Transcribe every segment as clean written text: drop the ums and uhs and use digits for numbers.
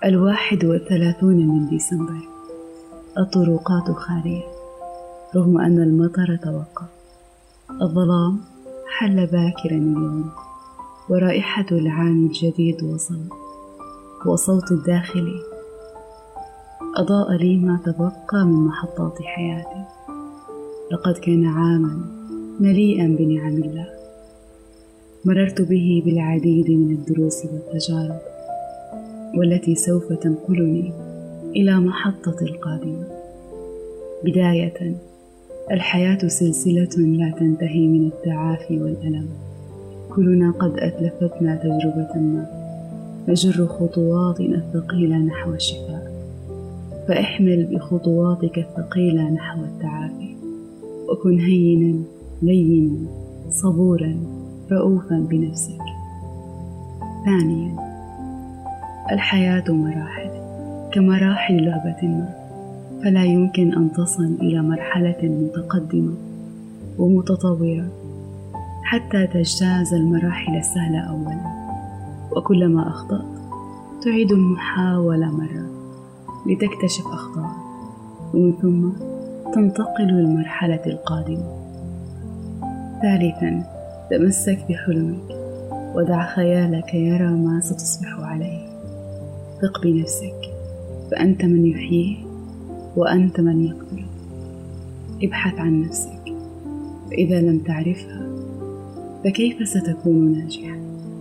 31 من ديسمبر. الطرقات خالية رغم أن المطر توقف. الظلام حل باكرا اليوم، ورائحة العام الجديد وصل، وصوت الداخلي أضاء لي ما تبقى من محطات حياتي. لقد كان عاما مليئا بنعم الله، مررت به بالعديد من الدروس والتجارب، والتي سوف تنقلني إلى محطة القادمة. بداية، الحياة سلسلة لا تنتهي من التعافي والألم. كلنا قد أتلفتنا تجربة ما، نجر خطواتنا الثقيلة نحو الشفاء، فاحمل بخطواتك الثقيلة نحو التعافي، وكن هينا لينا صبورا رؤوفا بنفسك. ثانيا، الحياة مراحل كمراحل لعبة ما، فلا يمكن أن تصل إلى مرحلة متقدمة ومتطورة حتى تجتاز المراحل السهلة أولا، وكلما أخطأت تعيد المحاولة مرة لتكتشف أخطاء، ومن ثم تنتقل للمرحلة القادمة. ثالثا، تمسك بحلمك ودع خيالك يرى ما ستصبح عليه. ثق بنفسك، فأنت من يحييه وأنت من يقتله. ابحث عن نفسك، فإذا لم تعرفها فكيف ستكون ناجحا؟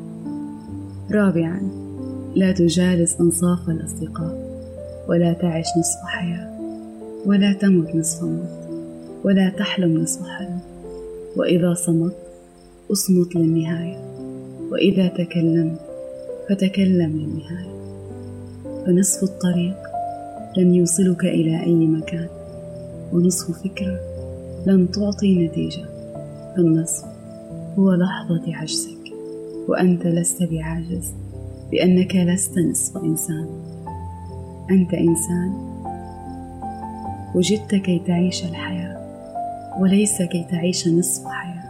رابعا، لا تجالس أنصاف الأصدقاء، ولا تعش نصف حياة، ولا تمت نصف موت، ولا تحلم نصف حلم. وإذا صمت أصمت للنهاية، وإذا تكلمت فتكلم للنهاية، فنصف الطريق لن يوصلك إلى أي مكان، ونصف فكرة لن تعطي نتيجة. فالنصف هو لحظة عجزك، وأنت لست بعاجز، لأنك لست نصف إنسان. أنت إنسان وجدت كي تعيش الحياة، وليس كي تعيش نصف حياة.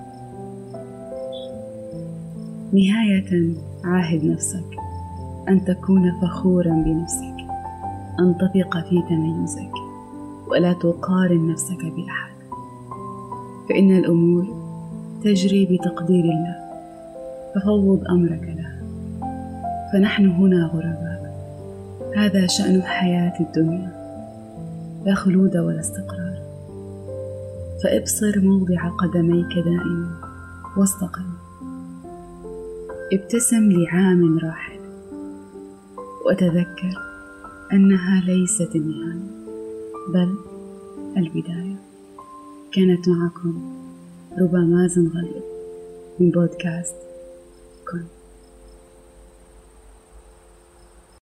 نهاية، عاهد نفسك أن تكون فخورا بنفسك، أن تثق في تميزك، ولا تقارن نفسك بأحد، فإن الأمور تجري بتقدير الله، ففوض أمرك له. فنحن هنا غرباء، هذا شأن حياة الدنيا، لا خلود ولا استقرار. فابصر موضع قدميك دائما واستقم. ابتسم لعام راحل، وتذكر أنها ليست النهاية بل البداية. كانت معكم ربى مازن غالب من بودكاست كن.